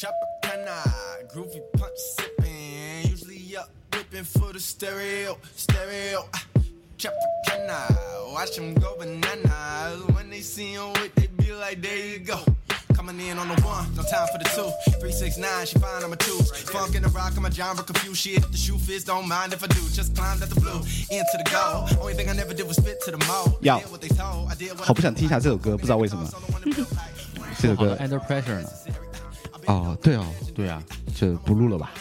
Tropicana, groovy punch sipping, usually up whipping for the stereo. Tropicana, watch them go bananas. When they see him with, they be like, there you go. Coming in on the one, no time for the two. 369, she fine, I'm a two. Funk in the rock, I'm a genre confused. Shit, if the shoe fits, don't mind if I do. Just climbed at the blue, into the goal. Only thing I never did was spit to the mold. 要，好不想听一下这首歌，不知道为什么。这首歌 Under Pressure 呢？ 哦，对哦， 对啊， 这不录了吧？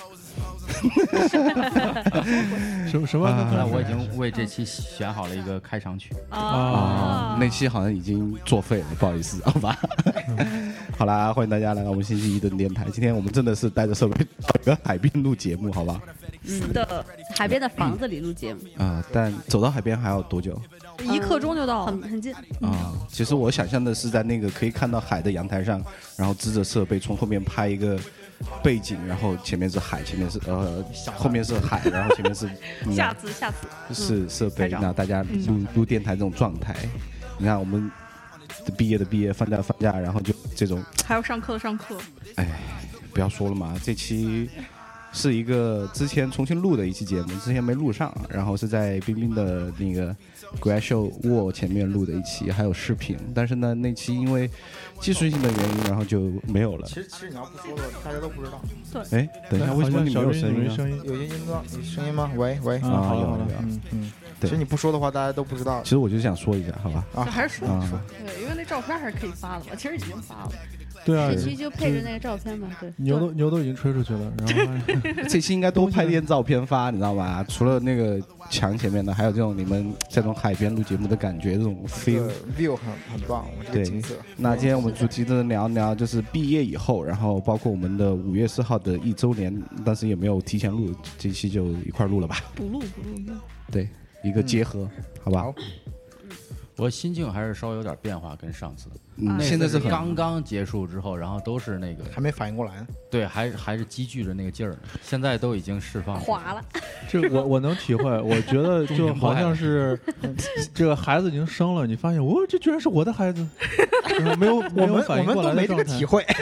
什么？ 那我已经为这期选好了一个开场曲啊，那期好像已经作废了，不好意思，好吧。好啦，欢迎大家来到我们星期一的电台。今天我们真的是带着设备到一个海边录节目，好吧？ 的海边的房子里录节目但走到海边还要多久 ？1刻钟就到，很近啊。其实我想象的是在那个可以看到海的阳台上，然后支着设备从后面拍一个背景，然后前面是海，前面是后面是海，然后前面是下次是设备，那大家录电台这种状态。你看我们毕业，放假，然后就这种， 还要上课。 哎，不要说了嘛，这期是一个之前重新录的一期节目，之前没录上，然后是在冰冰的那个 Gradual Wall 前面录的一期，还有视频，但是呢，那期因为技术性的原因，然后就没有了。 其实你要不说的，大家都不知道。 对。 哎，等一下，为什么你没有声音？ 有音吗？有声音吗？喂， 有。 其实你不说的话，大家都不知道。 其实我就想说一下，好吧？ 还是说。对，因为那照片还是可以发的嘛，其实已经发了。 对啊， 这期就配着那个照片嘛，对。 牛都已经吹出去了，然后这期应该多拍点照片发，你知道吧？除了那个墙前面的，还有这种你们这种海边录节目的感觉，这种 view 很棒，这个景色。 那今天我们主题的聊聊就是毕业以后，然后包括我们的5月4号的1周年，但是也没有提前录，这期就一块录了吧？ 不录。 对，一个结合，好吧？ 我心境还是稍微有点变化，跟上次。 现在是刚刚结束之后，然后都是那个还没反应过来呢。 对，还是积聚着那个劲儿呢。现在都已经释放垮了。 这我能体会，我觉得就好像是这个孩子已经生了，你发现这居然是我的孩子，没有反应过来的状态。 我们都没这个体会。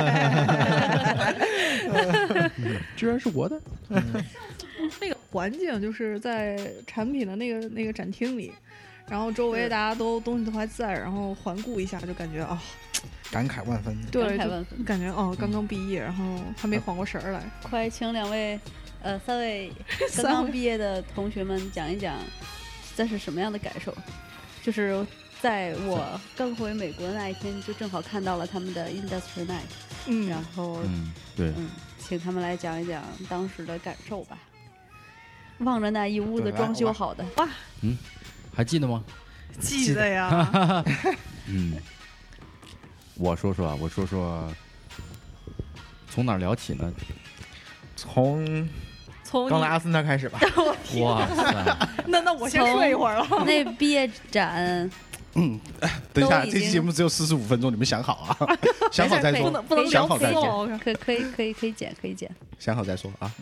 居然是我的。 那个环境就是在产品的那个展厅里。然后周围大家都东西都还在，然后环顾一下，就感觉感慨万分。 对，感觉刚刚毕业，然后还没缓过神来。快请3位刚刚毕业的同学们讲一讲，这是什么样的感受？就是在我刚回美国那一天，就正好看到了他们的 Industry Night，然后请他们来讲一讲当时的感受吧。望着那一屋子装修好的，哇， 还记得吗？ 记得呀。 我说说，从哪儿聊起呢？ 从刚来阿森纳开始吧。 哇塞！ 那我先睡一会儿了。那毕业展， 等一下，这期节目只有45分钟，你们想好啊？想好再说， 不能想好再说。 可以剪。 想好再说啊。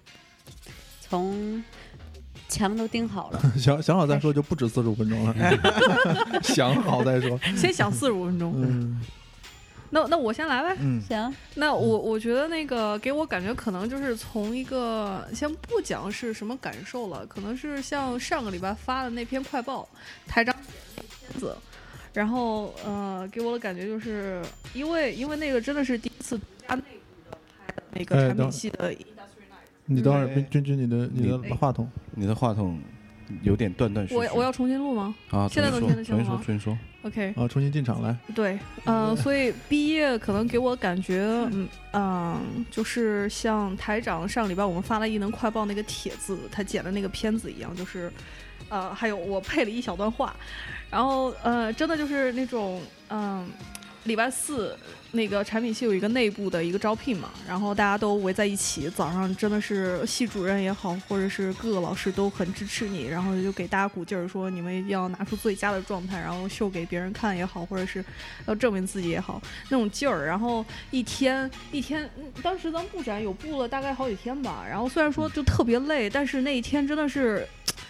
从墙都钉好了， 想好再说就不止45分钟了。想好再说， 先想45分钟。那我先来呗。行。那我觉得那个给我感觉可能就是从一个先不讲是什么感受了，可能是像上个礼拜发的那篇快报，台长片子，然后给我的感觉就是因为那个真的是第一次他内部的拍的那个产品系的。 你等会儿，君，你的话筒有点断续。 我要重新录吗？现在能听得清吗？ 重新说。 OK。 重新进场来。 对，所以毕业可能给我感觉，就是像台长上礼拜我们发了一能快报那个帖子，他剪的那个片子一样，就是，还有我配了一小段话，然后真的就是那种礼拜4那个产品系有一个内部的一个招聘嘛，然后大家都围在一起，早上真的是系主任也好，或者是各个老师都很支持你，然后就给大家鼓劲儿说你们要拿出最佳的状态，然后秀给别人看也好，或者是要证明自己也好，那种劲儿。然后一天，当时咱布展有布了大概好几天吧，然后虽然说就特别累，但是那一天真的是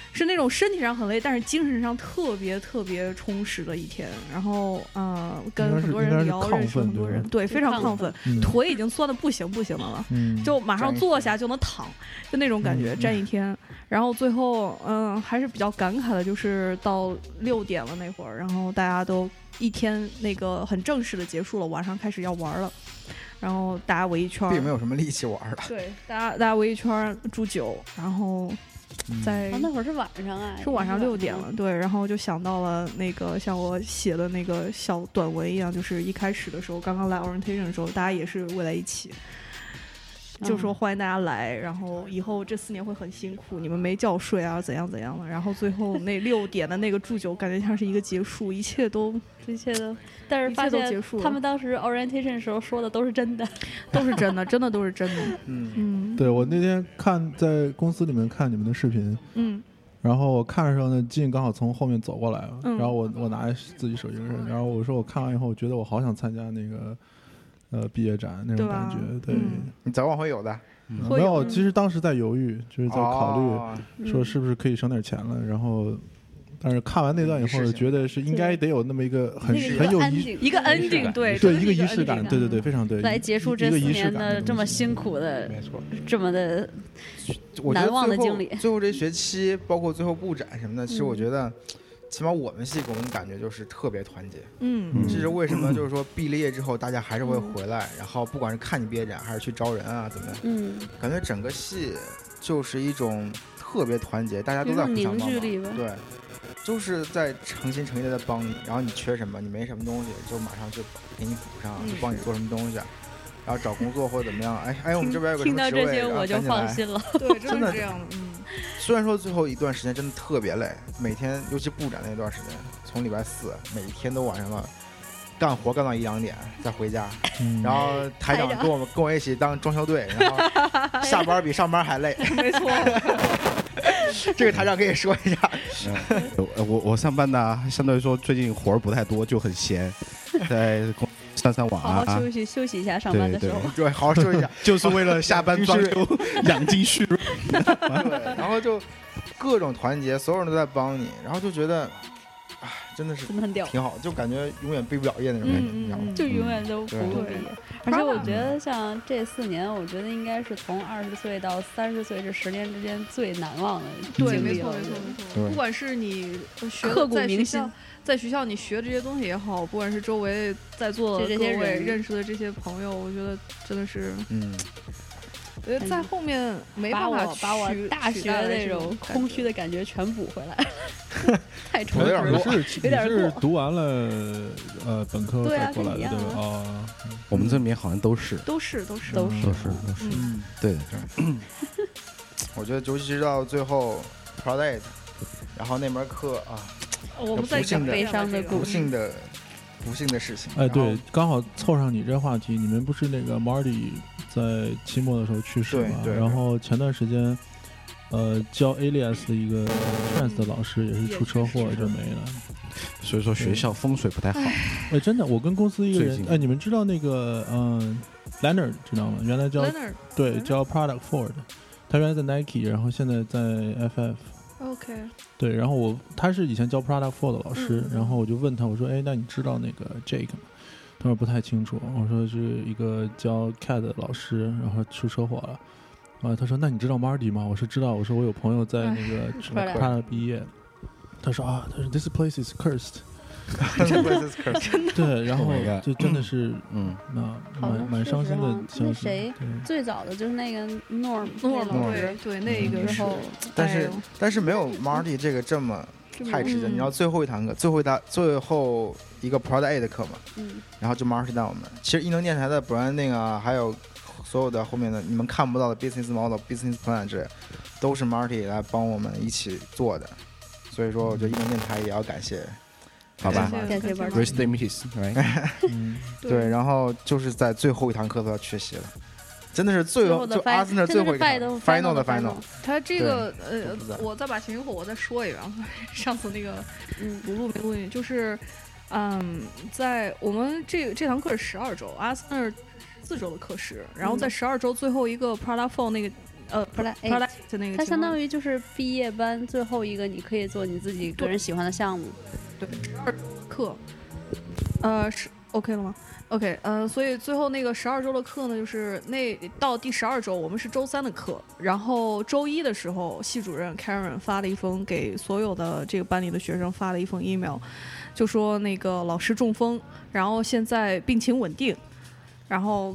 是那种身体上很累，但是精神上特别特别充实的一天。然后跟很多人聊，认识很多人，对，非常亢奋，腿已经酸的不行的了，就马上坐下就能躺，就那种感觉，站一天。然后最后还是比较感慨的，就是到6点了那会儿，然后大家都一天那个很正式的结束了，晚上开始要玩了。然后大家围一圈， 并没有什么力气玩了。 对，大家围一圈祝酒，然后在那会儿是晚上啊， 是晚上6点了。对，然后就想到了那个像我写的那个小短文一样，就是一开始的时候，刚刚来 orientation 的时候，大家也是围在一起。就说欢迎大家来，然后以后这4年会很辛苦，你们没觉睡啊，怎样怎样的。然后最后那6点的那个祝酒，感觉像是一个结束，一切都， 但是发现结束了。 他们当时 orientation 的时候说的都是真的， 都是真的，真的都是真的。 对，我那天在公司里面看你们的视频，然后我看的时候呢，靳刚好从后面走过来了，然后我拿自己手机上，然后我说我看完以后，我觉得我好想参加那个。毕业展那种感觉，对， 你早晚会有的。 没有，其实当时在犹豫，就是在考虑，说是不是可以省点钱了。然后，但是看完那段以后，觉得是应该得有那么一个很有一个 ending， 对， 一个仪式感，对，非常对。 来结束这4年的这么辛苦的， 没错， 这么的难忘的经历。 最后这学期，包括最后布展什么的，其实我觉得。起码我们系给我们感觉就是特别团结，这是为什么？就是说毕了业之后，大家还是会回来，然后不管是看你毕业展，还是去招人啊，怎么样，感觉整个系就是一种特别团结，大家都在互相帮忙，对，就是在诚心诚意的在帮你，然后你缺什么，你没什么东西，就马上就给你补上，就帮你做什么东西。然后找工作或者怎么样，哎，我们这边有个什么职位， 听到这些我就放心了。 对，真的是这样的。 虽然说最后一段时间真的特别累，每天尤其布展那段时间，从礼拜4每天都晚上了，干活干到1、2点再回家，然后台长跟我一起当装修队，然后下班比上班还累。 没错。 这个台长可以说一下。 我上班呢，相对来说最近活儿不太多，就很闲，在上网啊， 好好休息一下，上班的时候对，好好休息一下， 就是为了下班装修养精蓄锐。 对，然后就各种团结，所有人都在帮你，然后就觉得，真的很屌， 挺好，就感觉永远毕不了业那种感觉，你知道吗？ 就永远都不用毕业。而且我觉得像这4年，我觉得应该是从20岁到30岁这10年之间最难忘的经历了。 对，没错。不管是你刻骨铭心。 在学校你学的这些东西也好，不管是周围在座的各位认识的这些朋友，我觉得真真的是，我觉得在后面没办法把我大学那种空虚的感觉全补回来，太充实了。 你是读完了本科才过来的对吧？ 啊，我们这边好像都是，对的。 我觉得尤其是到最后 Product， 然后那门课啊， 我们在讲悲伤的故事， 不幸的事情。 哎，对，刚好凑上你这话题，你们不是那个 Marty 在期末的时候去世嘛？ 对。 然后前段时间，教 Alias 的一个 Trans 的老师也是出车祸就没了， 所以说学校风水不太好。 哎，真的，我跟公司一个人，哎，你们知道那个Leonard 知道吗？原来教对教 Product Ford， 他原来在 Nike， 然后现在在 FF。OK。对，然后他是以前教 Product Ford 的老师，然后我就问他，我说，哎，那你知道那个 Jake 吗？他说不太清楚。我说是一个教 CAD 的老师，然后出车祸了。他说那你知道 Marty 吗？我说知道，我说我有朋友在那个 Product 毕业。他说他说 This place is cursed。对，然后就真的是，蛮伤心的消息。 那谁最早的就是那个 Norm， 对，那个时候， 但是没有 Marty 这个这么太直接。你知道最后一堂课，最后一个 Product A 的课嘛，然后就 Marty 带我们。其实异能电台的 branding 啊，还有所有的后面的你们看不到的 business model、business plan 之类，都是 Marty 来帮我们一起做的。所以说，我觉得异能电台也要感谢。 好吧，Rest in peace， 对，然后就是在最后一堂课都要缺席了，真的是最后就阿森纳最后一堂 final 的 final。 他这个我再把前因后果再说一遍，上次那个不录没录音，就是在我们这堂课是12周，阿森纳4周的课时，然后在12周最后一个 Product Fall 那个 Product 那个， 它相当于就是毕业班最后一个，你可以做你自己个人喜欢的项目。 对，12课，是 OK 了吗？OK，所以最后那个12周的课呢，就是到第12周，我们是周3的课，然后周1的时候，系主任 Karen 发了一封给所有的这个班里的学生发了一封 email， 就说那个老师中风，然后现在病情稳定，然后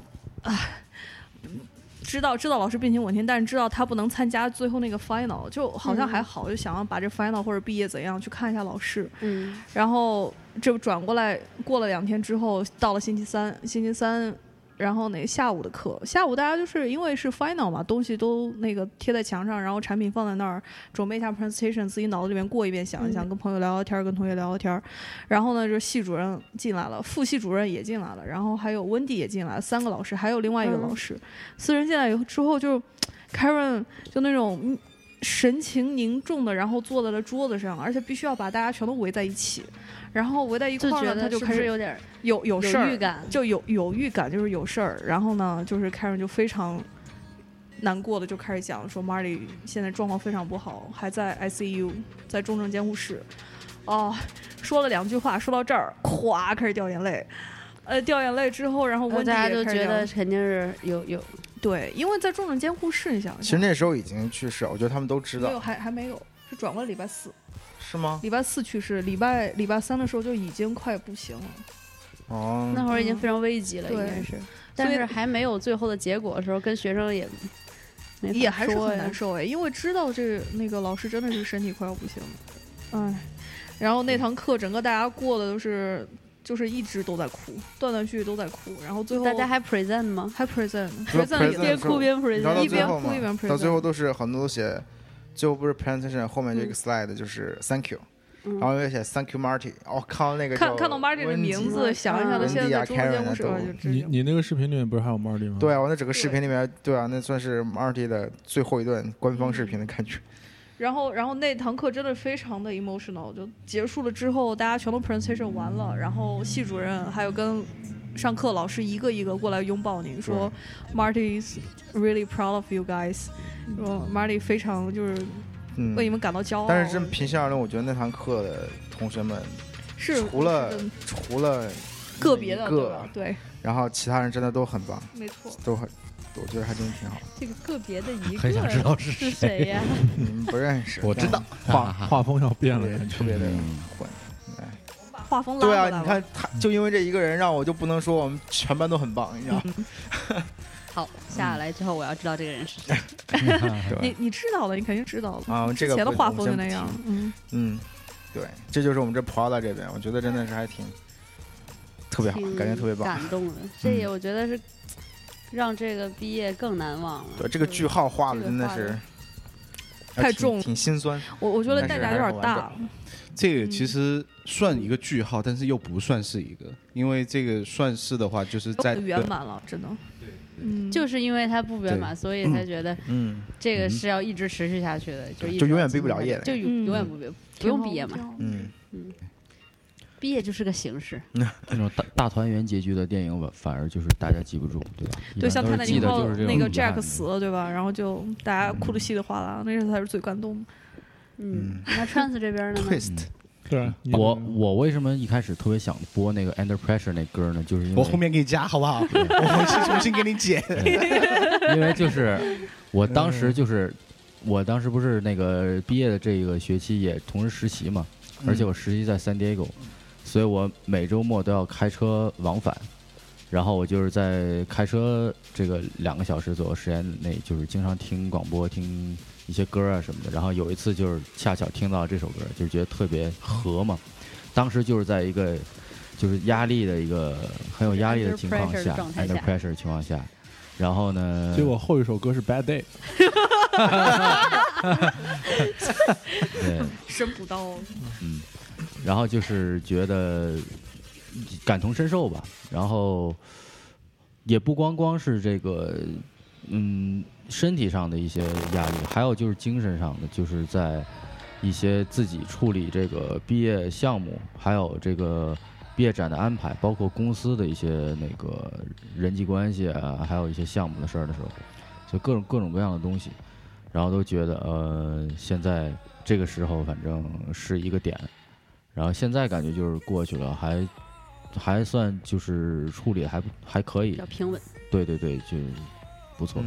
知道老师病情稳定，但是知道他不能参加最后那个 final， 就好像还好，就想要把这 final 或者毕业怎样去看一下老师。然后这转过来，过了2天之后，到了星期三，然后下午的课，下午大家就是因为是 final 嘛，东西都贴在墙上，然后产品放在那儿，准备一下 presentation， 自己脑子里面过一遍，想一想，跟朋友聊聊天，跟同学聊聊天。然后呢，这系主任进来了，副系主任也进来了，然后还有温迪也进来了，3个老师，还有另外一个老师，4人进来以后之后，就 Karen 就那种神情凝重的，然后坐在了桌子上，而且必须要把大家全都围在一起。然后围在一块儿呢，他就开始有点有事儿预感， 就有预感，就是有事儿。然后呢，就是 Karen 就非常难过的就开始讲说 Marty 现在状况非常不好，还在 ICU， 在重症监护室。说了2句话，说到这儿，咵开始掉眼泪。掉眼泪之后，然后温迪大家也都觉得肯定是有对，因为在重症监护室，你想， 其实那时候已经去世，我觉得他们都知道。 没有，还没有，是转过了礼拜4。 是吗？ 礼拜4去世，礼拜3的时候就已经快不行了。 那会儿已经非常危急了，应该是。但是还没有最后的结果的时候，跟学生也还是很难受因为知道那个老师真的是身体快要不行了。然后那堂课整个大家过的都是。就是一直都在哭，断断续续都在哭，然后最后大家还 present 吗？ 还 present 边哭边 present， 一边哭一边 present， 到最后都是很多都写，最后不是 presentation 后面这个 slide 就是 thank you，然后又写 thank you Marty， 看那个看到 Marty 的名字，想一想他现在在中间监护室就知道。 你那个视频里面不是还有 Marty 吗？ 对啊，我那整个视频里面，对啊，那算是 Marty 的最后一段官方视频的感觉。 然后那堂课真的非常的 emotional， 就结束了之后，大家全都 presentation 完了，然后系主任还有跟上课老师一个一个过来拥抱你，说 Marty is really proud of you guys， 说 Marty 非常就是为你们感到骄傲。 但是真平心而论，我觉得那堂课的同学们是除了个别的对， 然后其他人真的都很棒， 没错， 都很。我觉得还真挺好。 这个个别的一个， 很想知道是谁呀？ 不认识。 我知道， 画风要变了， 特别的混。 把画风拉对啊，你看他就因为这一个人，让我就不能说我们全班都很棒，你知道吗？ 好，下来之后我要知道这个人是谁。 你知道了，你肯定知道了啊。这个前的画风就那样。 对，这就是我们这 Prada 这边，我觉得真的是还挺特别好，感觉特别棒， 感动的。这也我觉得是。让这个毕业更难忘了。 对，这个句号画的真的是太重， 挺心酸。 我觉得代价有点大。 这个其实算一个句号，但是又不算是一个，因为这个算是的话，就是在圆满了，真的。 就是因为它不圆满，所以才觉得，这个是要一直持续下去的， 就永远毕不了业的， 就永远不用毕业嘛。毕业就是个形式， 那种大团圆结局的电影反而就是大家记不住，对吧？ 对，像泰坦尼克号那个 Jack 死了，对吧？然后就大家哭得稀里哗啦，那才是最感动的。 那 Trance 这边呢 ？Twist， 对， 我为什么一开始特别想播那个 Under Pressure 那歌呢？就是因为我后面给你加好不好？我回去重新给你剪。 因为就是我当时不是那个毕业的这个学期也同时实习嘛，而且我实习在 San Diego。所以我每周末都要开车往返，然后我就是在开车这个2个小时左右时间内，就是经常听广播，听一些歌啊什么的。然后有一次就是恰巧听到这首歌，就是觉得特别合嘛。当时就是在一个就是压力的一个很有压力的情况下 ，under pressure 的情况下，然后呢， 结果后一首歌是 Bad Day， 对， 生补刀， 然后就是觉得感同身受吧，然后也不光是这个身体上的一些压力，还有就是精神上的，就是在一些自己处理这个毕业项目，还有这个毕业展的安排，包括公司的一些那个人际关系啊，还有一些项目的事儿的时候， 就各种各样的东西，然后都觉得现在这个时候反正是一个点，然后现在感觉就是过去了，还算就是处理还可以， 比较平稳。 对对对，就不错。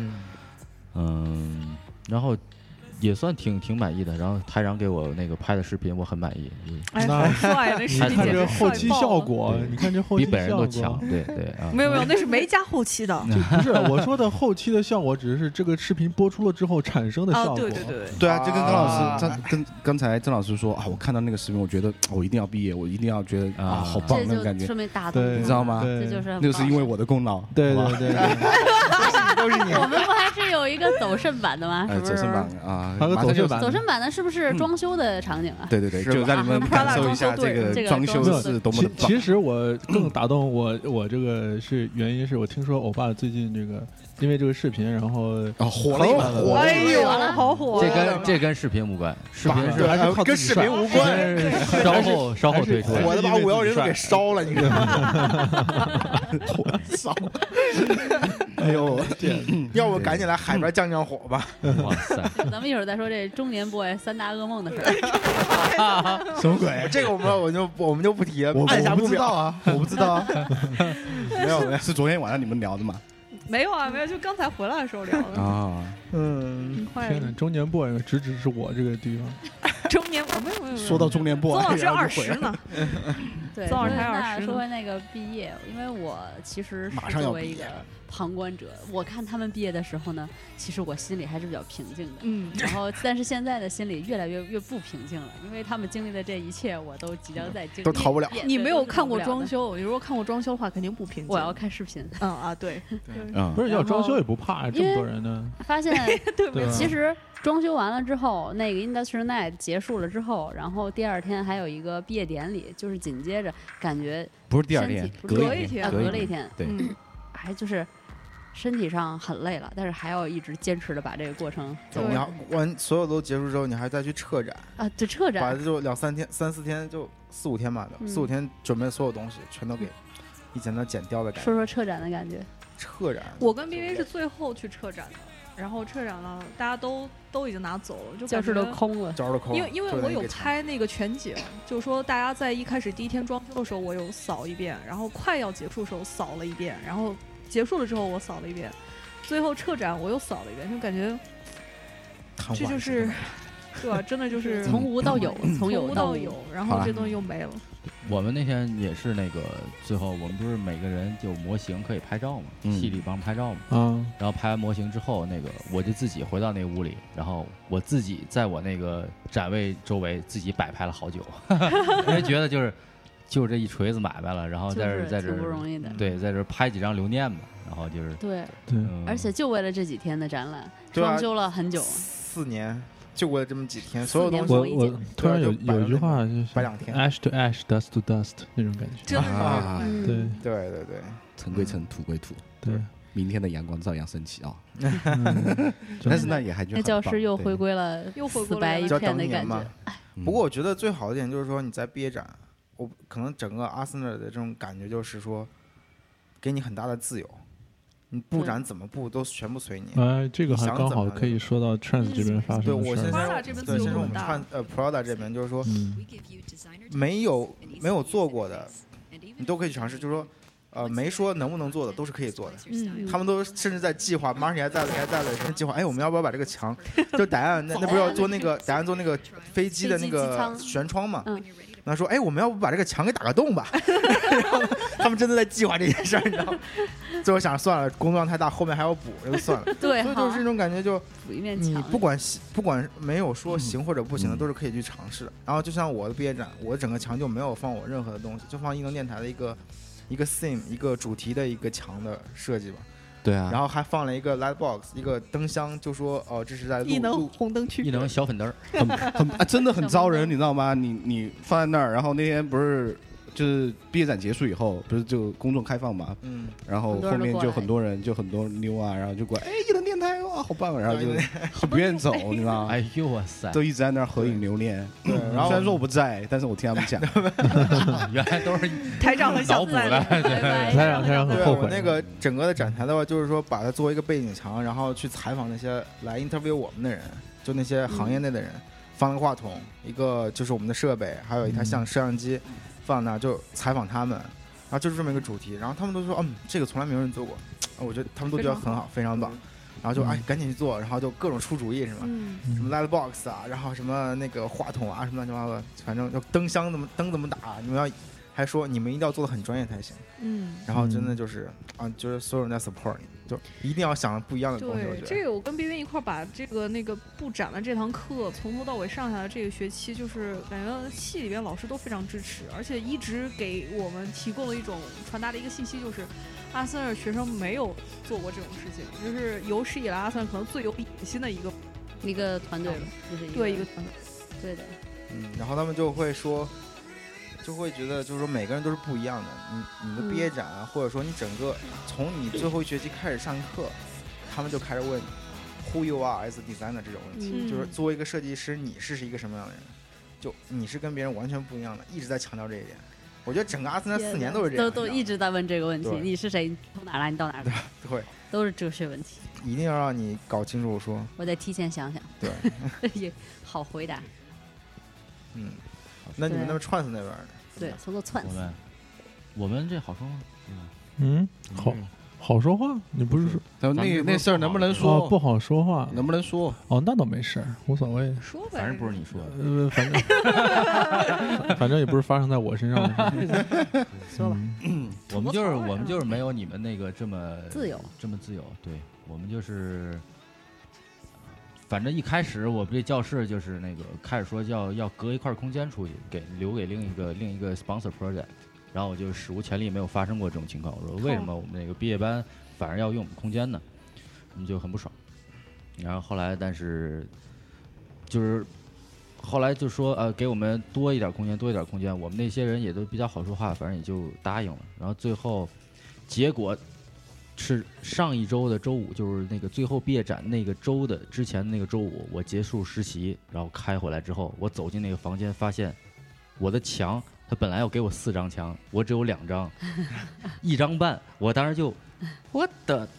然后也算挺满意的。然后台长给我那个拍的视频，我很满意。 哎，好帅！那视频你看这后期效果，你看这后期比本人都强。对对啊， 没有，那是没加后期的。 不是我说的后期的效果，只是这个视频播出了之后产生的效果。 对啊，就跟跟刚才曾老师说啊，我看到那个视频，我觉得我一定要毕业，我一定要觉得啊，好棒那种感觉。 说明打动你知道吗？ 这就是那是因为我的功劳。 对对对， 都是你。 我们不还是有一个走肾版的吗？是不是？ 走肾版啊， 还有个走肾版。 走肾版的是不是装修的场景啊？ 对对对，就让你们感受一下这个装修是多么的棒。 其实我更打动我这个是原因是我听说欧巴最近这个因为这个视频，然后火了一把， 哎呦，好火！ 这跟视频无关，视频是还是靠跟视频无关， 稍后推出。 我都把510人都给烧了，你知道吗？ 烧！哎呦， 要不赶紧来海边降火吧！ 哇塞！ 咱们一会儿再说这中年 boy 3大噩梦的事儿。 什么鬼？ 这个我们就不提了，按下不知道啊，我不知道啊。 没有， 是昨天晚上你们聊的吗？ 没有啊，没有，就刚才回来的时候聊的啊。 天哪，中年 boy 只是我这个地方。 中年没有。 说到中年 boy， 曾老师20呢。 对， 曾老师还20。 说回那个毕业，因为我其实是作为一个旁观者，我看他们毕业的时候呢，其实我心里还是比较平静的。然后，但是现在的心里越来越不平静了，因为他们经历的这一切，我都即将在经历， 都逃不了。 你没有看过装修，你如果看过装修的话，肯定不平静。 我要看视频。 对， 不是要装修也不怕，这么多人呢。 发现其实装修完了之后，那个 Industrial Night 结束了之后，然后第二天还有一个毕业典礼，就是紧接着感觉不是第二天，隔了一天， 对， 还就是身体上很累了，但是还要一直坚持的把这个过程走完。 你要完所有都结束之后，你还再去撤展啊？对，撤展， 把就2-3天、3-4天，就4-5天吧的，4-5天准备所有东西，全都给以前的剪掉的感觉。 说撤展的感觉。 撤展， 我跟冰冰是最后去撤展的。然后撤展了，大家都已经拿走了，就教室都空了， 因为我有拍那个全景，就是说大家在一开始第一天装修的时候，我有扫一遍，然后快要结束的时候扫了一遍，然后结束了之后我扫了一遍，最后撤展我又扫了一遍，就感觉这就是对吧？真的就是从无到有，从有到有， 然后这东西又没了。 我们那天也是那个最后我们不是每个人就模型可以拍照嘛，系里帮拍照嘛，然后拍完模型之后，那个我就自己回到那个屋里，然后我自己在我那个展位周围自己摆拍了好久，因为觉得就是这一锤子买卖了，然后在这不容易的， 对，在这拍几张留念吧，然后就是对，而且就为了这几天的展览，装修了很久 ，4年。就为了这么几天，所有东西我突然有一句话就是摆2天 ，ash to ash, dust to dust 那种感觉， 真的是， 对， 尘归尘，土归土， 对， 明天的阳光照样升起啊。但是那也还就那教室又回归了死白一片的感觉。 不过我觉得最好的一点就是说你在毕业展，我可能整个阿森纳的这种感觉就是说，给你很大的自由。你布展怎么布都全部随你。 这个还刚好可以说到 Trans 这边发生的事。 对，我现在对， 现在我们Prada 这边就是说，没有做过的，你都可以去尝试。就是说，没说能不能做的都是可以做的。他们都甚至在计划，马上你还在的什么计划？哎，我们要不要把这个墙？就答案那不是要做那个答案做那个飞机的那个舷窗嘛？他说：“哎，我们要不把这个墙给打个洞吧？”然后他们真的在计划这件事儿，你知道吗？最后想算了，工作量太大，后面还要补，就算了。 对， 所以就是这种感觉，就补一面墙。 你不管没有说行或者不行的，都是可以去尝试的。然后就像我的毕业展，我整个墙就没有放我任何的东西，就放艺能电台的一个 theme 一个主题的一个墙的设计吧。 对啊， 然后还放了一个 light box 一个灯箱，就说这是在艺能红灯区， 艺能小粉灯， 真的很招人，你知道吗？你放在那儿，然后那天不是就是毕业展结束以后，不是就公众开放嘛，然后后面就很多人就很多妞啊，然后就过来，哎，艺能电天台哇好棒，然后就不愿意走，你知道吗？ 哎呦哇塞， 都一直在那儿合影留念。 对，然后虽然说我不在，但是我听他们讲， 原来都是台长很脑补的， 台长很后悔。 那个整个的展台的话，就是说把它作为一个背景墙，然后去采访那些来 interview 我们的人，就那些行业内的人，放了个话筒，一个就是我们的设备，还有一台摄像机放那，就采访他们。然后就是这么一个主题，然后他们都说，这个从来没有人做过，我觉得他们都觉得很好，非常棒。然后就赶紧去做，然后就各种出主意什么，什么 Lightbox 啊，然后什么那个话筒啊，什么乱七八糟的，反正就灯怎么打，你们要还说你们一定要做的很专业才行。然后真的就是就是所有人在 support 你，就一定要想不一样的东西。 对，这个我跟边边一块把这个那个布展的这堂课从头到尾上下来，这个学期就是感觉系里边老师都非常支持，而且一直给我们提供了一种传达的一个信息，就是阿森纳学生没有做过这种事情，就是有史以来阿森纳可能最有野心的一个团队了， 对，一个团队， 对的。 然后他们就会说。就会觉得就是说每个人都是不一样的，你的毕业展啊，或者说你整个从你最后一学期开始上课，他们就开始问 who you are as a designer 这种问题，就是作为一个设计师，你是一个什么样的人？就你是跟别人完全不一样的，一直在强调这一点。我觉得整个阿森纳4年都是这样， 都一直在问这个问题，你是谁？你从哪来？你到哪来？ 对， 都是哲学问题， 一定要让你搞清楚说。 我得提前想想。 对， 也好回答。 那你们那边串子那边呢？ 对，说做串子。 我们这好说吗？好说话。你不是说那事儿能不能说？ 不好说话， 能不能说？ 那倒没事，无所谓。 说呗， 反正不是你说的。反正也不是发生在我身上的。 说吧。 我们就是没有你们那个这么自由。对，我们就是。反正一开始我们这教室就是那个开始说要隔一块空间出去，留给另一个 sponsor project， 然后我就史无前例没有发生过这种情况。我说为什么我们那个毕业班反而要用我们空间呢？我们就很不爽。然后后来但是就是后来就说给我们多一点空间，我们那些人也都比较好说话，反正也就答应了。然后最后结果。是上一周的周五，就是那个最后毕业展那个周的之前的那个周五，我结束实习，然后开回来之后，我走进那个房间，发现我的墙，他本来要给我4张墙，我只有2张，1张半，我当时就，我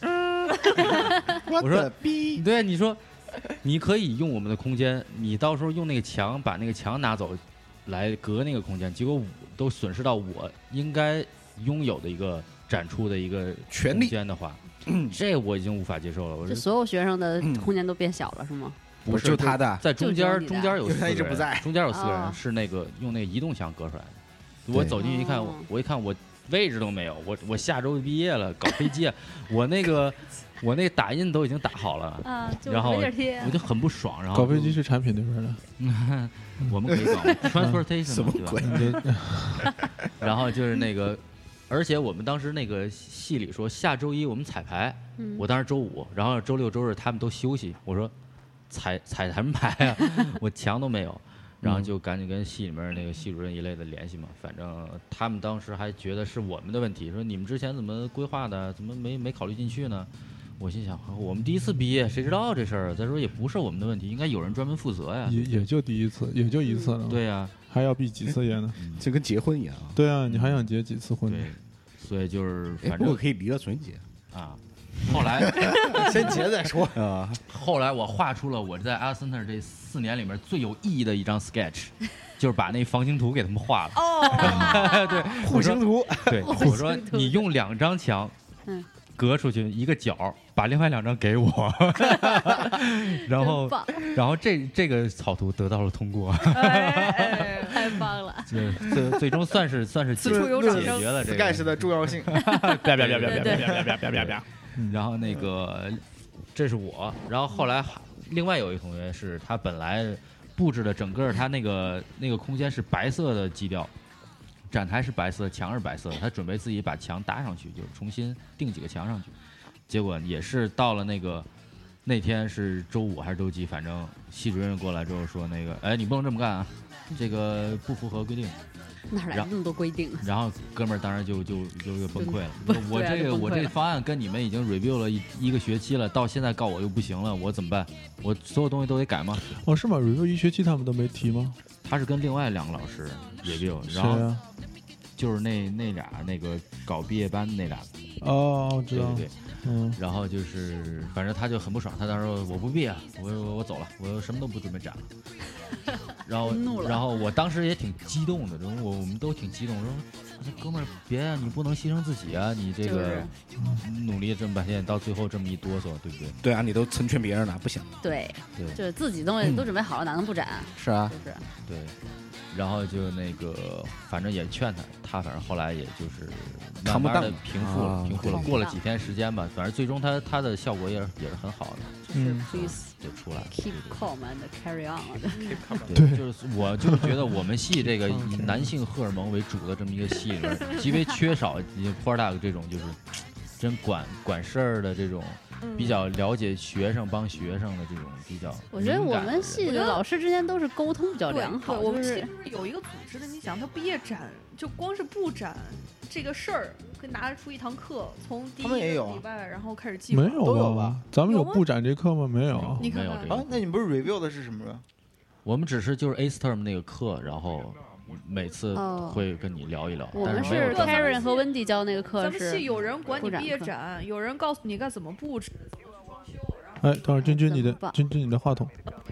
说逼，对，你说你可以用我们的空间，你到时候用那个墙把那个墙拿走来隔那个空间，结果都损失到我应该拥有的一个。展出的一个权利间的话，这我已经无法接受了。我这所有学生的空间都变小了，是吗？ 不是， 就他的在中间有4个人， 他一直不在， 中间有4个人是那个用那个移动墙隔出来的。我走进去一看，我一看我位置都没有，我下周就毕业了，搞飞机，我那打印都已经打好了，然后我就很不爽。然后搞飞机是产品那边的， 我们可以搞 transportation 什么鬼？ 然后就是那个。而且我们当时那个系里说下周1我们彩排，我当时周5，然后周6、周日他们都休息。我说彩什么排啊？我墙都没有，然后就赶紧跟系里面那个系主任一类的联系嘛。反正他们当时还觉得是我们的问题，说你们之前怎么规划的，怎么没考虑进去呢？我心想，我们第一次毕业，谁知道这事儿？再说也不是我们的问题，应该有人专门负责呀。 也就第一次，也就一次了。 对呀。 还要毕几次业呢？ 就跟结婚一样。 对啊，你还想结几次婚？ 对，所以就是反正我可以离了准结啊。后来先结再说啊。 后来我画出了我在阿森纳这4年里面最有意义的一张 sketch， 就是把那房型图给他们画了。对， 户型图。 对，我说你用2张墙。隔出去一个角，把另外2张给我，然后这个草图得到了通过， 太棒了！ 最终算是解决了这个盖世的重要性。 然后那个这是我，然后后来另外有一同学是他本来布置的整个他那个空间是白色的基调。展台是白色，墙是白色的，他准备自己把墙搭上去，就是重新钉几个墙上去。结果也是到了那天是周5还是周几，反正系主任过来之后说你不能这么干啊，这个不符合规定。 哪来那么多规定？ 然后哥们儿当然就崩溃了。我这个方案跟你们已经 review 了一个学期了，到现在告我又不行了，我怎么办？我所有东西都得改吗？ 哦，是吗 ？review 一学期他们都没提吗？ 他是跟另外2个老师 review， 然后就是那俩那个搞毕业班的那俩。 哦，知道。 对。然后就是反正他就很不爽，他当时说我不毕业，我走了，我什么都不准备展了。然后我当时也挺激动的，我们都挺激动，说哥们儿别呀，你不能牺牲自己啊，你这个努力这么半天，到最后这么一哆嗦，对不对？ 对啊，你都成全别人了，不行。 对，就是自己东西都准备好了，哪能不展？ 是啊， 就是对。然后就那个，反正也劝他反正后来也就是慢慢的平复了，过了几天时间吧，反正最终他的效果也是很好的， 就是 please 就出来了 keep calm and carry on 对，就是我就是觉得我们系这个以男性荷尔蒙为主的这么一个系里面，极为缺少product 这种就是真管事儿的这种。比较了解学生帮学生的这种比较， 我觉得我们系的老师之间都是沟通比较良好。 我们系有一个组织的，你想他毕业展就光是布展这个事儿，可以拿出一堂课，从第一个礼拜然后开始计划。 没有吧？咱们有布展这课吗？没有， 没有啊？那你们不是 review 的是什么？ 我们只是就是 A term 那个课，然后。每次会跟你聊一聊。 我们是 Karen 和 Wendy 教那个课， 咱们系有人管你毕业展，有人告诉你该怎么布置。 哎，等会儿君君你的话筒。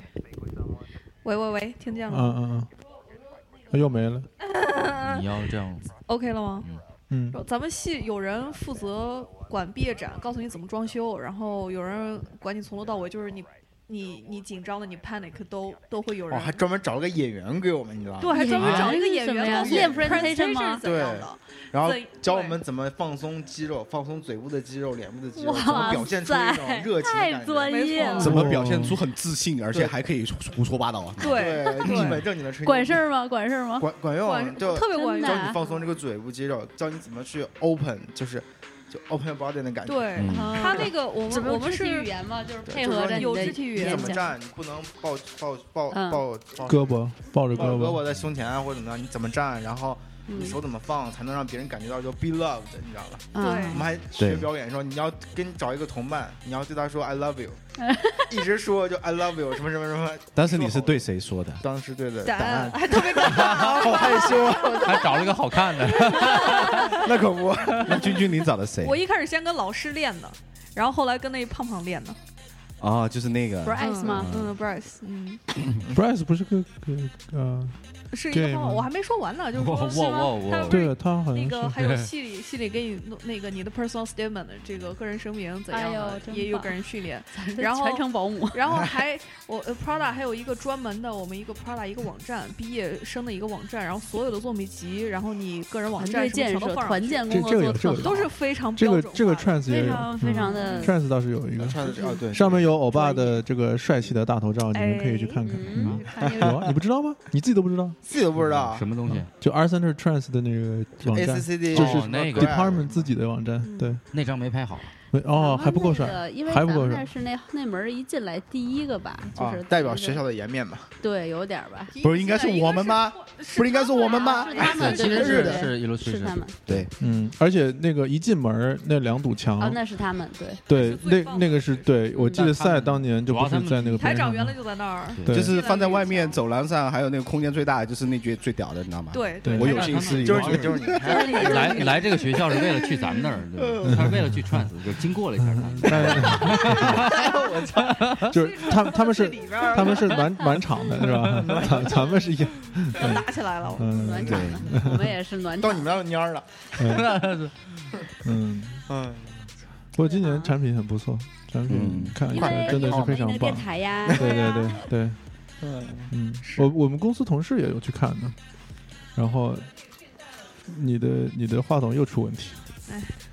喂，听见了？ 又没了。 你要这样 OK 了吗？咱们系有人负责管毕业展，告诉你怎么装修，然后有人管你从头到尾，就是你紧张的，你 panic 都会有人。 还专门找了个演员给我们，你知道吗？ 对，还专门找了一个演员练 presentation 吗？ 对，然后教我们怎么放松肌肉，放松嘴部的肌肉、脸部的肌肉，怎么表现出那种热情的感觉。 太专业了。 怎么表现出很自信，而且还可以胡说八道啊？ 对， 一本正经的吹。 管事儿吗？管用，就特别管用。 教你放松这个嘴部肌肉，教你怎么去 open，就 open your body 的感觉。 对，他那个我们是语言嘛，就是配合着有肢体语言。 你怎么站？你不能抱胳膊，抱着胳膊在胸前或者怎么样？你怎么站？然后你手怎么放才能让别人感觉到就 be loved， 你知道吧？ 对。 我们还学表演说，你要找一个同伴，你要对他说 I love you， 一直说就 I love you 什么什么什么。 当时你是对谁说的？ 当时对的答案， 还特别尴尬， 好害羞， 还找了个好看的。 那可不。 那君你找的谁？ 我一开始先跟老师练的，然后后来跟那胖胖练的。 哦，就是那个 Bryce 吗 ？Bryce， 不是个是一个胖胖，我还没说完呢，就是说， 对他好像那个还有系里给你弄那个你的 personal statement 这个个人声明怎样的，也有个人训练，然后全程保姆， 然后还我 Prada 还有一个专门的我们一个 Prada 一个网站，毕业生的一个网站，然后所有的作品集，然后你个人网站建设、团建工作都是非常标准。 这个 trans 也有，非常的 trans 倒是有一个 trans 对， 上面有欧巴的这个帅气的大头照，你们可以去看看。有啊，你不知道吗？你自己都不知道？ 自己都不知道。 什么东西？ 就 Art Center Trans 的那个网站，就是那个 Department 自己的网站。对， 那张没拍好。 还不够帅， 因为咱们那是那门一进来第一个吧，就是代表学校的颜面吧。 对，有点吧。 不是应该是我们吗？不是应该是我们吗？ 是他们， 其实是他们。 对， 而且那个一进门那2堵墙， 那是他们，对， 那个是对，我记得赛当年就不是在那个台长原来就在那儿， 就是放在外面走廊上，还有那个空间最大的就是那句最屌的，你知道吗？ 对， 我有幸是就是你来这个学校是为了去咱们那儿，他是为了去 trans， 就经过了一下我操！ 就是他们是暖场的是吧？咱们是打起来了， 暖场的，我们也是暖场。 到你们那蔫儿了。 不过今年产品很不错，产品看真的是非常棒。 电台呀， 对，我们公司同事也有去看的，然后你的话筒又出问题。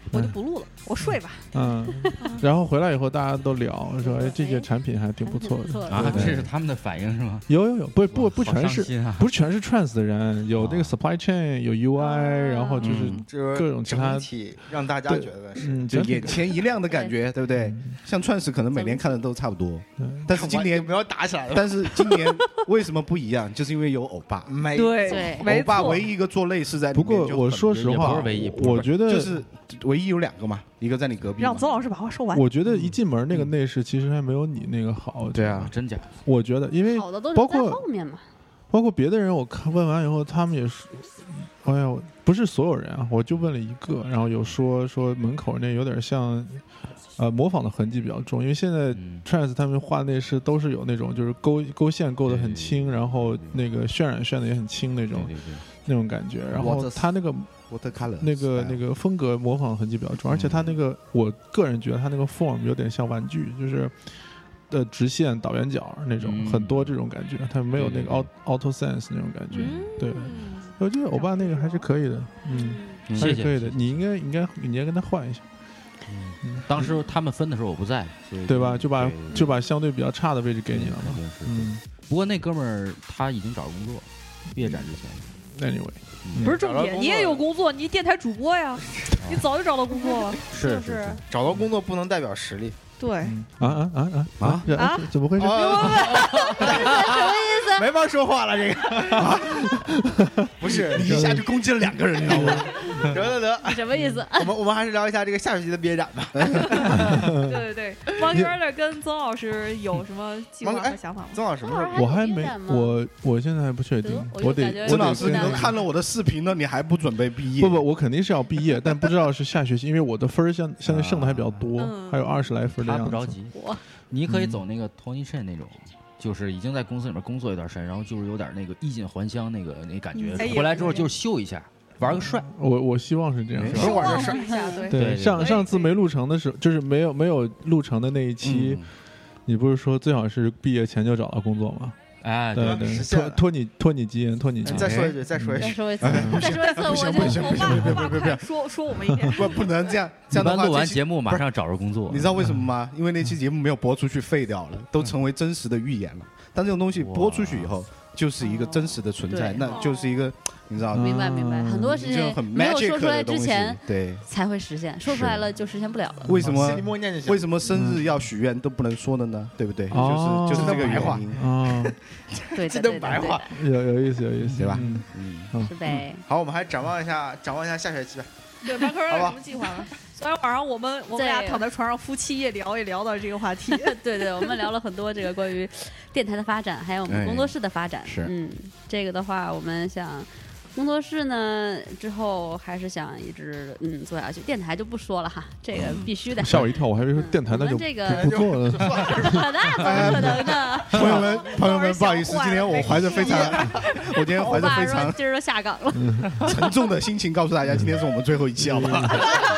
我就不录了，我睡吧。 然后回来以后大家都聊说，哎，这些产品还挺不错的啊。这是他们的反应是吗？ 有，不全是，不是全是 trans 的人，有那个 supply chain， 有 UI， 然后就是各种其他让大家觉得就眼前一亮的感觉，对不对？像 trans 可能每年看的都差不多，但是今年不要打起来了。 但是今年为什么不一样？就是因为有欧巴。 对， 欧巴唯一一个做类似在里面。 不过我说实话，我觉得就是唯一有2个嘛，一个在你隔壁。 让曾老师把话说完。 我觉得一进门那个内饰其实还没有你那个好。 对啊， 真假？ 我觉得，因为好的都是在后面嘛。 包括别的人，我问完以后，他们也说，哎呀，不是所有人啊，我就问了一个，然后有说门口那有点像。模仿的痕迹比较重，因为现在 trans 他们画内饰都是有那种就是勾线勾得很轻，然后那个渲染渲的也很轻那种感觉，然后他那个那个风格模仿痕迹比较重，而且他那个我个人觉得他那个 form 有点像玩具，就是直线倒圆角那种，很多这种感觉，他没有那个 auto sense 那种感觉。对，我觉得欧巴那个还是可以的，还是可以的。你应该跟他换一下。 当时他们分的时候我不在， 对吧？就把相对比较差的位置给你了嘛。 不过那哥们儿他已经找了工作，毕业展之前。 Anyway， 不是重点，你也有工作，你电台主播呀，你早就找到工作了。 是找到工作不能代表实力。 对怎么回事？ 什么意思？ 没法说话了，这个不是你一下就攻击了2个人，你知道吗？ 得， 什么意思？ 我们还是聊一下这个下学期的毕业展吧。 对，王源的跟曾老师有什么计划和想法吗？ 曾老师什么时候？ 我还没，我现在还不确定。 曾老师，你都看了我的视频了，你还不准备毕业？ 不，我肯定是要毕业，但不知道是下学期，因为我的分现在剩的还比较多，还有20来分的样子。 不着急，你可以走那个 Tony Chen 那种。就是已经在公司里面工作一段时间，然后就是有点那个衣锦还乡那感觉，回来之后就秀一下，玩个帅。 我希望是这样， 玩个帅。 对，上次没录成的时候，就是没有录成的那一期，你不是说最好是毕业前就找到工作吗？ 哎， 对，托你吉言，托你吉言。 再说一句， 我就别说我们一遍， 不能这样的话， 录完节目马上找着工作。 你知道为什么吗？因为那期节目没有播出去，废掉了，都成为真实的预言了。但这种东西播出去以后，就是一个真实的存在，那就是一个你知道吗？ 明白，很多事情没有说出来之前， 对才会实现，说出来了就实现不了了。 为什么生日要许愿都不能说的呢？对不对？就是这个原因啊。对， 这都白话， 有意思， 对吧？ 是呗。 好，我们还展望一下下学期吧。 对，班科有什么计划吗？昨天晚上我们俩躺在床上，夫妻也聊到这个话题。 对，我们聊了很多这个关于电台的发展，还有我们工作室的发展。 是， 这个的话，我们想工作室呢之后还是想一直做下去。电台就不说了哈，这个必须的。 吓我一跳，我还以为说电台那就不做了。 那怎么可能呢？ 朋友们，不好意思，今天我怀着非常，我今天怀着非常今儿都下岗了， 沉重的心情告诉大家，今天是我们最后一期，好吧？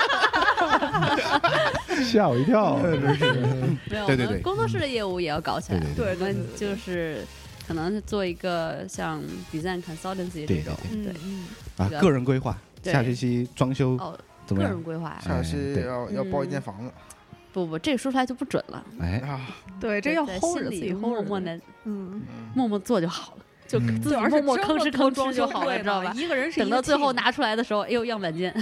吓我一跳。 对， 工作室的业务也要搞起来。 对， 我们就是可能做一个像 design consultancy 这种， 对，个人规划，下学期装修怎么样？ 个人规划， 下学期要包一间房子。 不，这个说出来就不准了。 哎， 对，这要 hold 着自己默默的，默默做就好了。就自己默默吭哧吭哧就好了，知道吧？ 一个人是等到最后拿出来的时候，哎呦，样板间，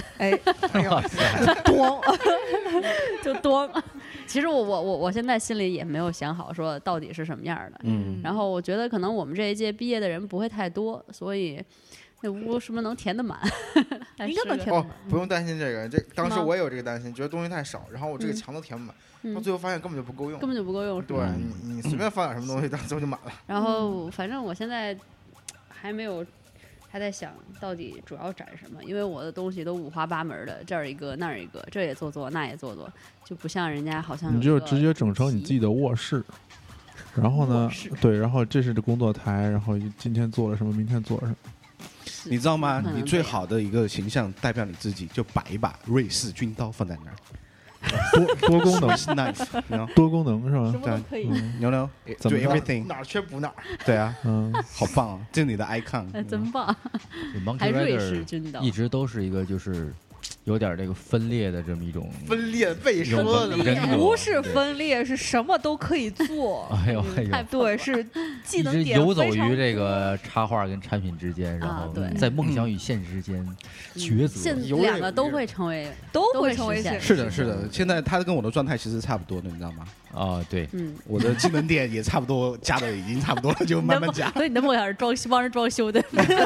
就多。其实我现在心里也没有想好说到底是什么样的。然后我觉得可能我们这一届毕业的人不会太多，所以那屋是不是能填得满？ 应该能填得满。 不用担心这个，当时我也有这个担心，觉得东西太少，然后我这个墙都填不满。到最后发现根本就不够用，对，你随便放点什么东西，到最后就满了。 然后反正我现在还在想到底主要展什么，因为我的东西都五花八门的，这儿一个那儿一个，这也做那也做，就不像人家好像你就直接整成你自己的卧室。然后呢，对，然后这是工作台，然后今天做了什么，明天做了什么。 你知道吗？你最好的一个形象代表你自己，就摆一把瑞士军刀放在那儿。 多功能多功能是吧？ 什么都可以。 牛牛， 怎么 everything 哪儿缺补哪儿。 对啊，好棒啊！这是你的 icon， 真棒。 还瑞士军刀一直都是一个就是有点这个分裂的这么一种分裂被说的， 不是分裂，是什么都可以做。 哎呦， 对，是技能点游走于这个插画跟产品之间，然后在梦想与现实之间抉择。 两个都会成为， 都会成为现实。 是的，是的。现在他跟我的状态其实差不多的，你知道吗？ 对， 我的技能点也差不多，加的已经差不多了，就慢慢加。 所以你的梦想是帮人装修的。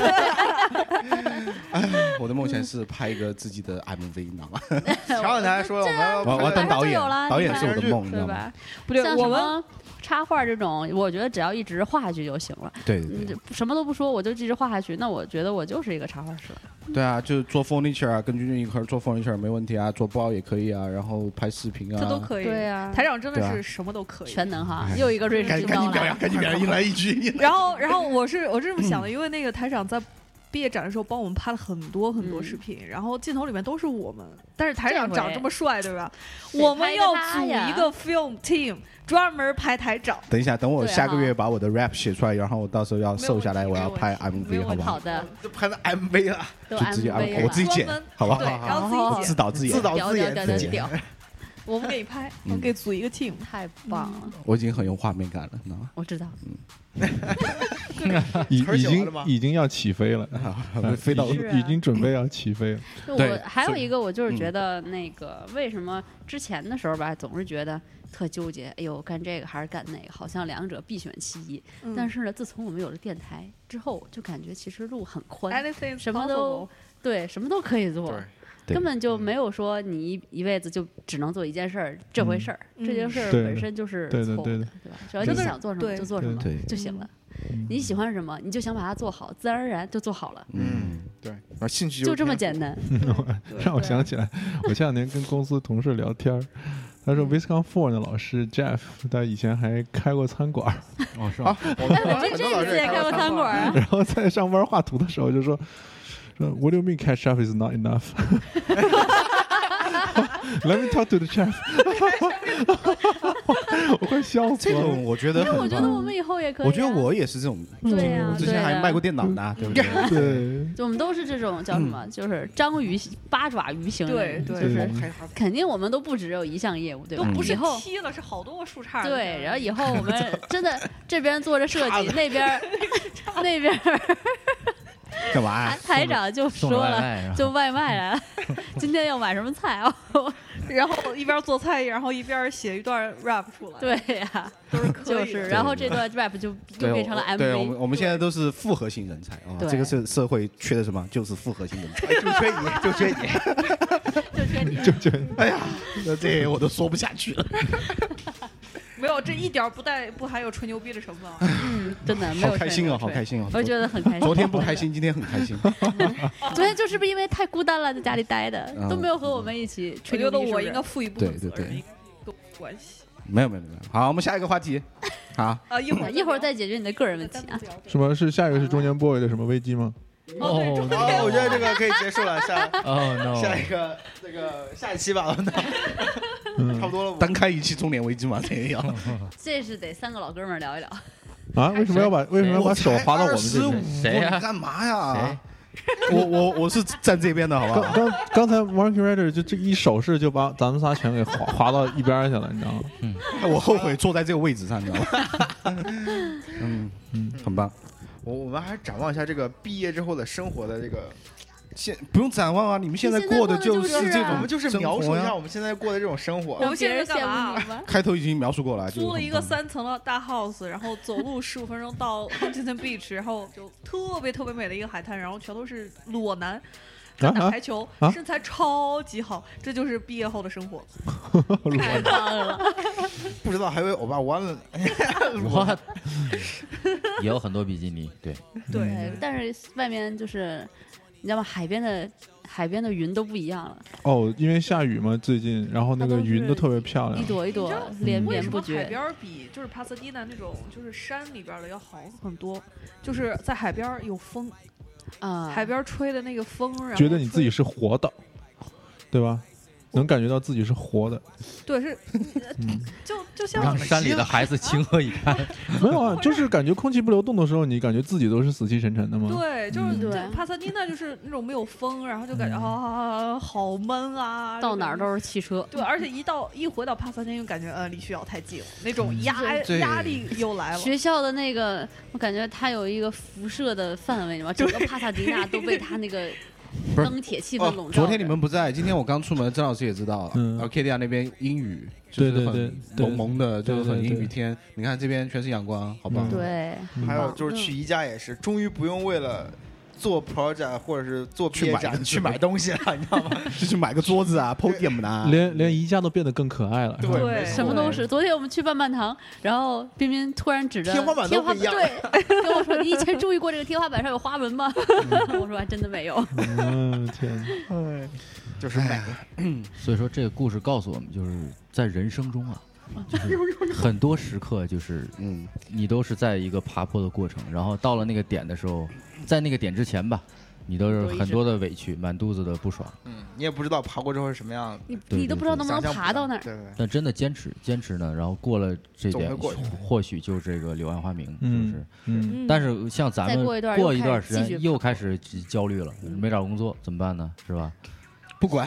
我的梦想是拍一个自己的 MV， 你知道吗？ 前两天还说我要当导演，导演是我的梦，你知道吗？ 不对，我们插画这种，我觉得只要一直画下去就行了。 对， 什么都不说，我就一直画下去，那我觉得我就是一个插画师了。 对啊，就做 furniture 啊，跟君君一块做 furniture 没问题啊，做包也可以啊，然后拍视频啊， 这都可以。 对啊， 台长真的是什么都可以， 全能哈，又一个瑞士赶紧表扬，赶紧表扬，一来一句。 然后我是这么想的，因为那个台长在毕业展的时候帮我们拍了很多视频，然后镜头里面都是我们，但是台长长这么帅，对吧？我们要组一个 film team， 专门拍台长。 等一下，等我下个月把我的 rap 写出来，然后我到时候要瘦下来，我要拍 MV， 好不好？ 好的， 就拍了 MV 了， 就直接我自己剪，好不好？ 然后自导自演， 自剪。 我们给你拍，我们给组一个 team， 太棒了！ 我已经很有画面感了，知道吗？ 我知道， 已经要起飞了， 飞到已经准备要起飞了。 我还有一个，我就是觉得那个为什么之前的时候吧，总是觉得特纠结，哎呦，干这个还是干那个，好像两者必选其一。但是呢，自从我们有了电台之后，就感觉其实路很宽，什么都可以做。根本就没有说你一辈子就只能做一件事儿这回事儿，这件事儿本身就是错误的，对吧？只要你想做什么就做什么就行了。你喜欢什么，你就想把它做好，自然而然就做好了。 对，兴趣就这么简单。 让我想起来，我前两天跟公司同事聊天，他说 Viscon 4的老师 Jeff， 他以前还开过餐馆。 哦，是吗？ 我这个也开过餐馆。 然后在上班画图的时候就说。What do you mean catch up is not enough? Let me talk to the chef. 我快笑死了。 这种我觉得很棒。 我觉得我们以后也可以。 我觉得我也是这种。 对呀， 我之前还卖过电脑呢，对不对？ 对。 我们都是这种叫什么？就是章鱼八爪鱼型的。对，就是肯定我们都不只有一项业务，对吧？ 都不是踢了，是好多个树杈。 对，然后以后我们真的这边做着设计，那边。 干嘛？ 台长就说了，就外卖来了，今天要买什么菜啊？ 然后一边做菜，然后一边写一段 rap 出来。 对呀，都是就是，然后这段 rap 就变成了 MV。 对，我们现在都是复合型人才啊！这个是社会缺的什么？就是复合型人才， 就缺你。 哎呀，那这我都说不下去了。 没有，这一点不含有吹牛逼的成分。 真的没有。 好开心啊，好开心啊！ 我觉得很开心。 昨天不开心，今天很开心。 昨天就是不是因为太孤单了，在家里待的，都没有和我们一起吹牛逼。 我觉得我应该负一部分责任，应该有关系。 没有。好，我们下一个话题。好啊，一会儿再解决你的个人问题啊。 什么是下一个是中年 boy 的什么危机吗？ 我觉得这个可以结束了，下一个这个下一期吧，差不多了。 单开一期中年危机嘛，这样。 这是得三个老哥们聊一聊。 啊？为什么要把手划到我们这边？ 谁呀？干嘛呀？我是站这边的，好吧？ 刚才 Marky Rider 就这一手势就把咱们仨全给划到一边去了，你知道吗？ 我后悔坐在这个位置上，你知道吗？很棒。 我们还是展望一下这个毕业之后的生活的这个， 不用展望啊，你们现在过的就是这种， 我们就是描述一下我们现在过的这种生活。 我们现在干嘛？ 开头已经描述过了， 租了一个3层的大 house， 然后走路15分钟到 Huntington Beach， 然后就特别美的一个海滩，然后全都是裸男。打排球，身材超级好，这就是毕业后的生活。 太棒了！ 不知道还以为欧巴弯了。 我也有很多比基尼，对， 但是外面就是你知道吗？海边的云都不一样了。 哦，因为下雨嘛，最近，然后那个云都特别漂亮， 一朵一朵连绵不绝。 海边比就是帕萨迪纳那种就是山里边的要好很多，就是在海边有风。海边吹的那个风，然后觉得你自己是活的，对吧？ 能感觉到自己是活的。 对，是，就像让山里的孩子情何以堪。 没有啊，就是感觉空气不流动的时候，你感觉自己都是死气沉沉的吗？ 对，就是帕萨蒂娜就是那种没有风，然后就感觉好闷啊， 到哪儿都是汽车。 对，而且一回到帕萨蒂娜，又感觉离学校太近了，那种压力又来了。 学校的那个，我感觉它有一个辐射的范围嘛，整个帕萨迪纳都被它那个钢铁气氛笼罩。 昨天你们不在，今天我刚出门，郑老师也知道了。然后 KDR 那边阴雨，就是很蒙蒙的，就是很阴雨天。你看这边全是阳光，好棒。 对， 还有就是去宜家也是，终于不用为了做 project 或者是做毕业展去买东西了，你知道吗？ 就去买个桌子啊 ，podium 啊， 连宜家都变得更可爱了。 对， 什么都是。昨天我们去棒棒糖，然后彬彬突然指着天花板都不一样， 对，跟我说：“你以前注意过这个天花板上有花纹吗？”我说：“还真的没有。” 天， 就是美。 所以说这个故事告诉我们，就是在人生中啊。就是很多时刻，就是你都是在一个爬坡的过程，然后到了那个点的时候，在那个点之前吧，你都是很多的委屈，满肚子的不爽。 你也不知道爬过之后是什么样， 你都不知道能不能爬到那儿。 但真的坚持呢，然后过了这点，或许就这个柳暗花明，是不是？但是像咱们过一段时间又开始焦虑了，没找工作怎么办呢？是吧？ 不管，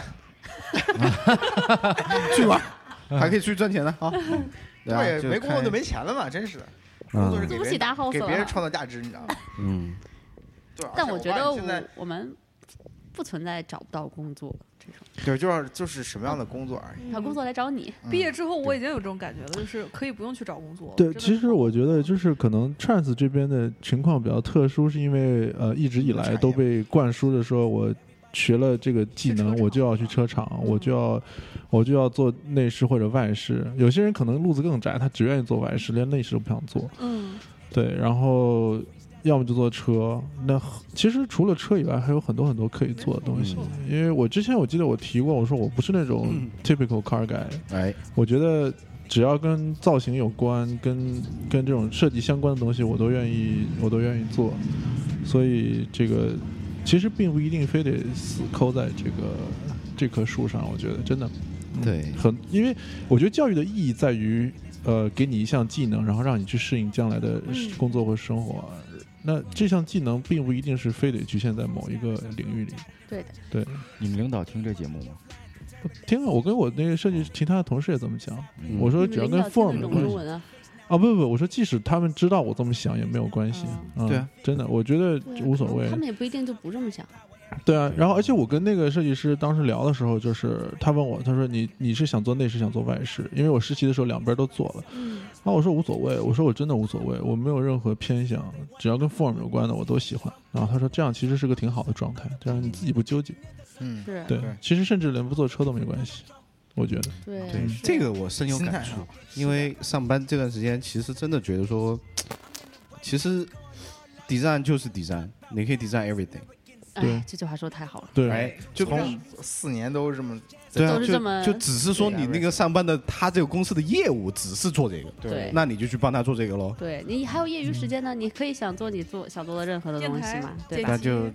去玩。还可以去赚钱呢， 对，没工作就没钱了嘛，真是。工作是给别人创造价值，你知道吗？对。 但我觉得我们不存在找不到工作这种。对，就是什么样的工作而已。 找工作来找你。 毕业之后我已经有这种感觉了，就是可以不用去找工作。 对，其实我觉得就是可能 Trans 这边的情况比较特殊，是因为一直以来都被灌输的说我学了这个技能，我就要去车厂，我就要做内饰或者外饰。有些人可能路子更窄，他只愿意做外饰，连内饰都不想做。对，然后要么就做车。那其实除了车以外，还有很多很多可以做的东西。因为我之前我记得我提过，我说我不是那种 typical car guy。我觉得只要跟造型有关，跟这种设计相关的东西，我都愿意做。所以这个。其实并不一定非得死抠在这棵树上，我觉得真的， 对， 因为我觉得教育的意义在于，给你一项技能，然后让你去适应将来的工作或生活。那这项技能并不一定是非得局限在某一个领域里。 对的。 对， 你们领导听这节目吗？ 听啊，我跟我那个设计其他的同事也这么讲。我说只要跟 form 有关系。不，我说即使他们知道我这么想也没有关系。 对啊， 真的，我觉得无所谓。 他们也不一定就不这么想。 对啊，然后而且我跟那个设计师当时聊的时候，就是他问我，他说你是想做内饰想做外饰？因为我实习的时候两边都做了。然后我说无所谓，我说我真的无所谓，我没有任何偏向，只要跟 form 有关的我都喜欢。然后他说这样其实是个挺好的状态，这样你自己不纠结。对，其实甚至连不做车都没关系。我觉得对这个我深有感触，因为上班这段时间，其实真的觉得说，其实 design 就是 design， 你可以 design everything。 对， 这句话说太好了。 对， 就从4年都是这么。 对啊，就只是说你那个上班的他这个公司的业务只是做这个， 对， 那你就去帮他做这个喽。 对，你还有业余时间呢，你可以想做想做的任何的东西嘛，对吧？ 那就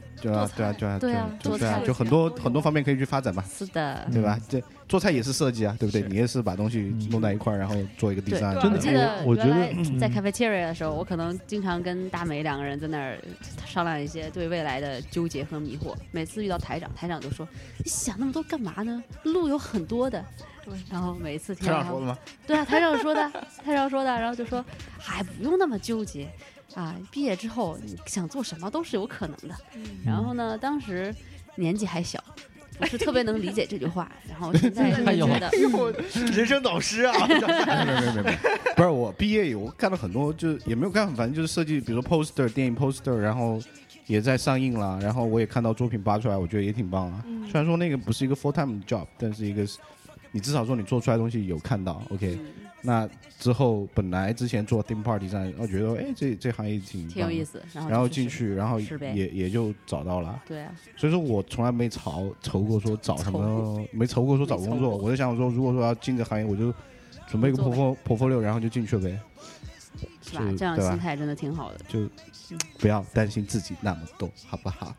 很多方面可以去发展嘛。 是的， 对吧？这做菜也是设计啊，对不对？你也是把东西弄在一块儿，然后做一个 design。 真的，我觉得在 cafeteria 的时候，我可能经常跟大美2个人在那儿商量一些对未来的纠结和迷惑。每次遇到台长就说：“你想那么多干嘛呢？路有很多的。”然后每一次听台长说的吗？ 对啊，台长说的，然后就说：“还不用那么纠结啊，毕业之后你想做什么都是有可能的。”然后呢，当时年纪还小。不是特别能理解这句话，然后现在就觉得人生导师啊！ 没，不是我毕业我干了很多，就也没有干，反正就是设计，比如说 poster 电影 poster， 然后也在上映了，然后我也看到作品扒出来，我觉得也挺棒啊。虽然说那个不是一个 full time job， 但是一个你至少说你做出来的东西有看到 ，OK。那之后本来之前做 theme park design， 我觉得这行业挺有意思， 然后进去，然后也就找到了。 对啊， 所以说我从来没愁过说找什么，没愁过说找工作。我就想说，如果说要进这行业，我就准备一个 portfolio， 然后就进去呗。 是吧？这样心态真的挺好的。 就不要担心自己那么多，好不好？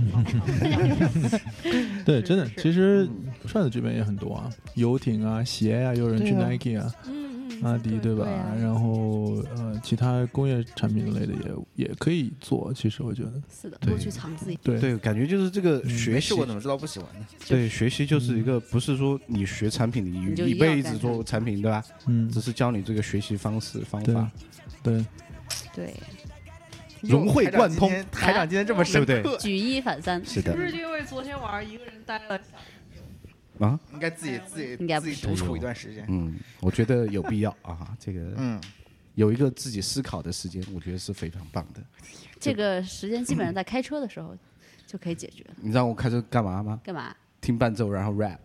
对，真的，其实帅的这边也很多啊，游艇啊，鞋呀，有人去 Nike 啊。阿迪对吧？然后其他工业产品类的也可以做，其实我觉得是的，多去尝试一下。 对，感觉就是这个学习， 我怎么知道不喜欢呢？ 对，学习就是一个不是说你学产品你一辈子做产品，对吧？只是教你这个学习方式方法。 对， 融会贯通。 台长今天这么深刻， 举一反三。 是的。 不是因为昨天晚上一个人待了。 应该自己独处一段时间。 我觉得有必要啊，这个有一个自己思考的时间，我觉得是非常棒的。 这个时间基本上在开车的时候就可以解决。 你知道我开车干嘛吗？ 干嘛？ 听伴奏，然后 rap。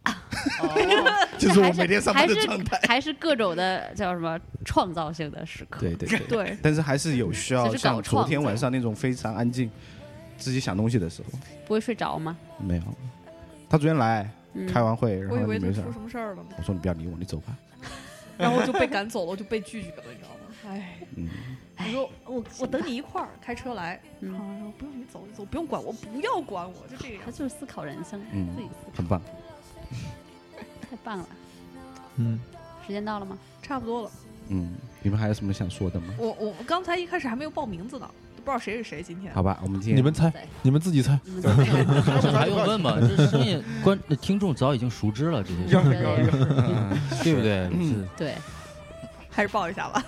就是我每天上班的状态。 还是各种的叫什么创造性的时刻。 对。但是还是有需要像昨天晚上那种非常安静，自己想东西的时候。 不会睡着吗？ 没有。他昨天来。开完会，然后我以为他出什么事儿了呢。 我说你不要理我，你走吧。 然后我就被赶走了，我就被拒绝了，你知道吗？我说我等你一块儿开车来。然后不用你走，不用管我，不要管我，就这样。 他就是思考人生，自己思考。 很棒， 太棒了。时间到了吗？ 差不多了。 你们还有什么想说的吗？ 我刚才一开始还没有报名字呢。不知道谁是谁今天？ 好吧，我们今天你们猜，你们自己猜。 还用问吗？这声音听众早已经熟知了，这些对不对？ 对， 还是报一下吧。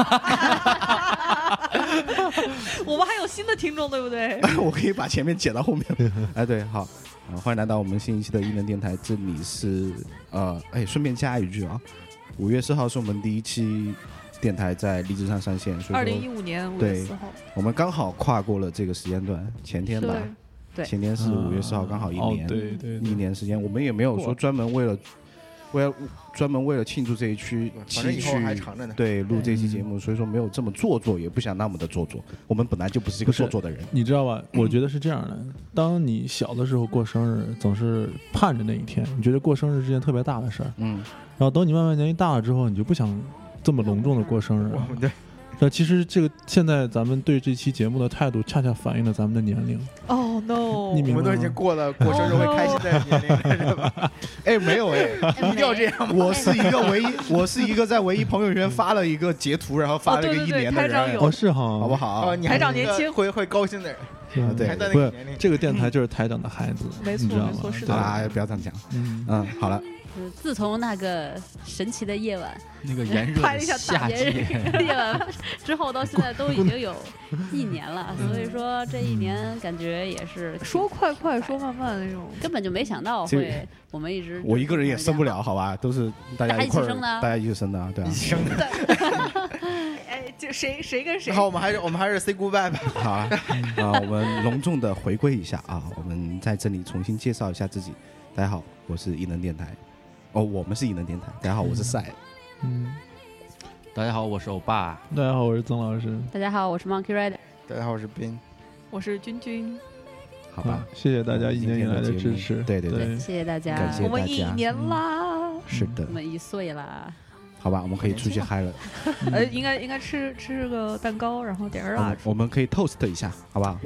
我们还有新的听众，对不对？ 我可以把前面剪到后面。对，好，欢迎来到我们新一期的异能电台。这里是顺便加一句啊，5月4号是我们第一期。电台在荔枝上上线，所以 2015年5月4号， 我们刚好跨过了这个时间段，前天吧，前天是5月4号，刚好1年，1年时间，我们也没有说专门为了庆祝这一期对录这期节目，所以说没有这么做作，也不想那么的做作。我们本来就不是一个做作的人， 你知道吧？我觉得是这样的，当你小的时候过生日，总是盼着那一天，你觉得过生日是件特别大的事儿，然后等你慢慢年纪大了之后，你就不想这么隆重的过生日。对，其实这个现在咱们对这期节目的态度，恰恰反映了咱们的年龄。 Oh no！ 我们都已经过了过生日会开心的年龄了，是吧？ 没有一定要这样吗？ 我是一个在唯一朋友圈发了一个截图，然后发了一个1年的人。 是哈， 好不好？ 台长年轻会高兴的人。 对， 不是这个电台就是台长的孩子， 没错，没错，是的。 不要这样讲。好了。 自从那个神奇的夜晚， 那个炎热的夏季夜晚之后，到现在都已经有1年了。所以说这1年感觉也是说快快说慢慢那种， 根本就没想到我们一直我一个人也生不了，好吧？都是大家一起生的，大家一起生的，对啊， 生的。 就谁跟谁？ 好，我们还是 say goodbye 吧。 好啊，我们隆重的回归一下啊，我们在这里重新介绍一下自己。大家好，我是异能电台。我们是异能电台。大家好，我是赛。 大家好，我是欧巴。 大家好，我是曾老师。 大家好，我是 Monkey Rider。 大家好，我是斌。 我是君。 好吧， 谢谢大家1年以来的支持。 对， 谢谢大家， 感谢大家。 我们1年啦。 是的， 我们1岁啦。 好吧，我们可以出去嗨了。 应该吃个蛋糕，然后点个蜡烛。 我们可以 toast 一下，好不好？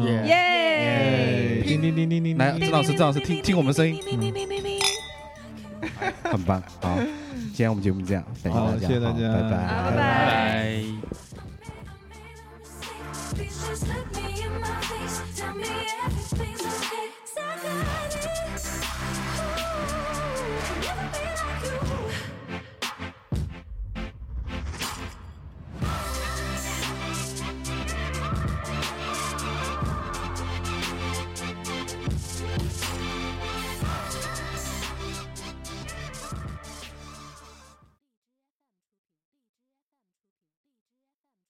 耶！ 叮叮叮叮叮！ 来，郑老师听我们声音。很棒，好，今天我们节目这样，感谢大家， 谢谢大家， 拜拜。 拜。